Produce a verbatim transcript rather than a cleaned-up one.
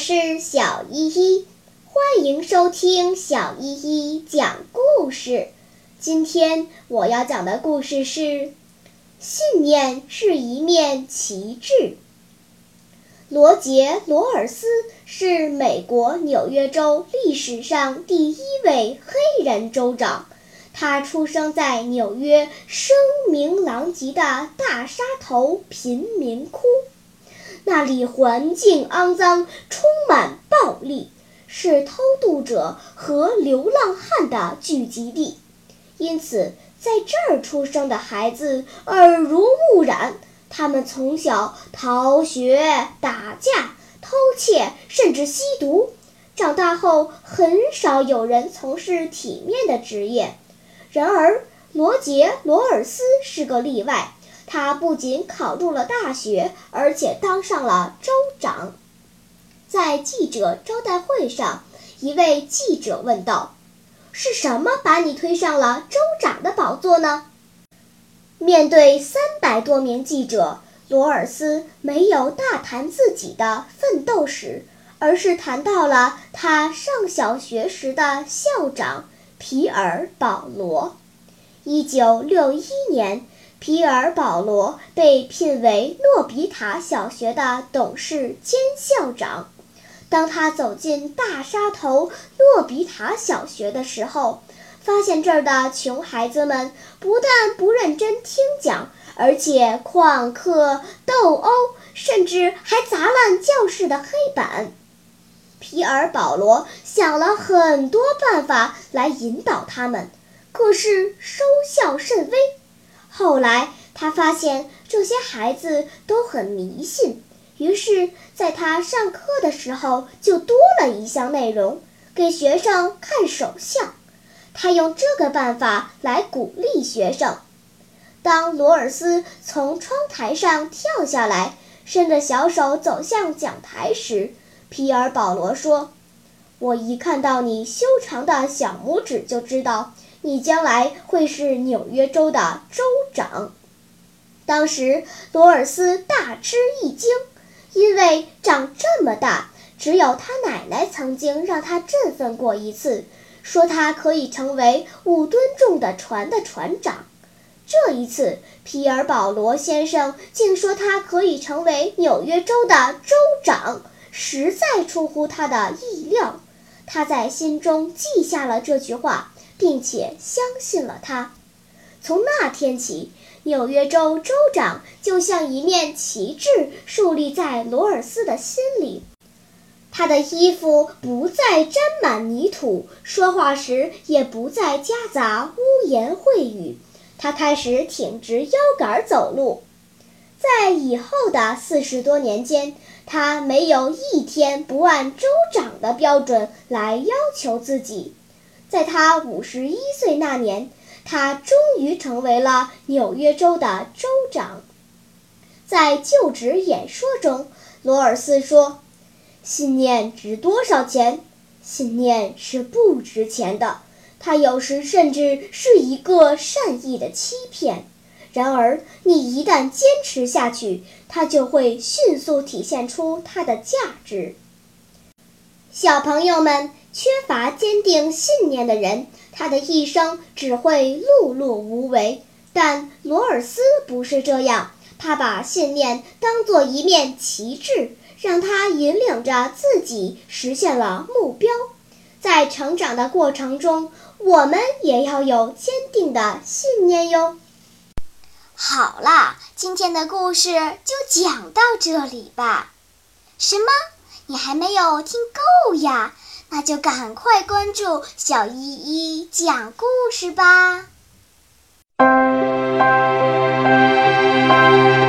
是小依依，欢迎收听小依依讲故事。今天我要讲的故事是信念是一面旗帜。罗杰·罗尔斯是美国纽约州历史上第一位黑人州长，他出生在纽约声名狼藉的大沙头贫民窟，那里环境肮脏，充满暴力，是偷渡者和流浪汉的聚集地。因此，在这儿出生的孩子耳濡目染，他们从小逃学、打架、偷窃，甚至吸毒。长大后，很少有人从事体面的职业。然而，罗杰·罗尔斯是个例外。他不仅考入了大学，而且当上了州长。在记者招待会上，一位记者问道：“是什么把你推上了州长的宝座呢？”面对三百多名记者，罗尔斯没有大谈自己的奋斗史，而是谈到了他上小学时的校长皮尔·保罗。一九六一年，皮尔·保罗被聘为诺比塔小学的董事兼校长。当他走进大沙头诺比塔小学的时候，发现这儿的穷孩子们不但不认真听讲，而且旷课、斗殴，甚至还砸烂教室的黑板。皮尔·保罗想了很多办法来引导他们，可是收效甚微。后来他发现这些孩子都很迷信，于是在他上课的时候就多了一项内容，给学生看手相。他用这个办法来鼓励学生。当罗尔斯从窗台上跳下来，伸着小手走向讲台时，皮尔·保罗说：“我一看到你修长的小拇指就知道，你将来会是纽约州的州长。”当时罗尔斯大吃一惊，因为长这么大，只有他奶奶曾经让他振奋过一次，说他可以成为五吨重的船的船长。这一次，皮尔·保罗先生竟说他可以成为纽约州的州长，实在出乎他的意料。他在心中记下了这句话，并且相信了他。从那天起，纽约州州长就像一面旗帜树立在罗尔斯的心里。他的衣服不再沾满泥土，说话时也不再夹杂污言秽语。他开始挺直腰杆走路。在以后的四十多年间，他没有一天不按州长的标准来要求自己。在他五十一岁那年，他终于成为了纽约州的州长。在就职演说中，罗尔斯说：“信念值多少钱？信念是不值钱的，它有时甚至是一个善意的欺骗。然而，你一旦坚持下去，它就会迅速体现出它的价值。”小朋友们，缺乏坚定信念的人，他的一生只会碌碌无为。但罗尔斯不是这样，他把信念当作一面旗帜，让他引领着自己实现了目标。在成长的过程中，我们也要有坚定的信念哟。 好啦，今天的故事就讲到这里吧。什么？你还没有听够呀？那就赶快关注小依依讲故事吧。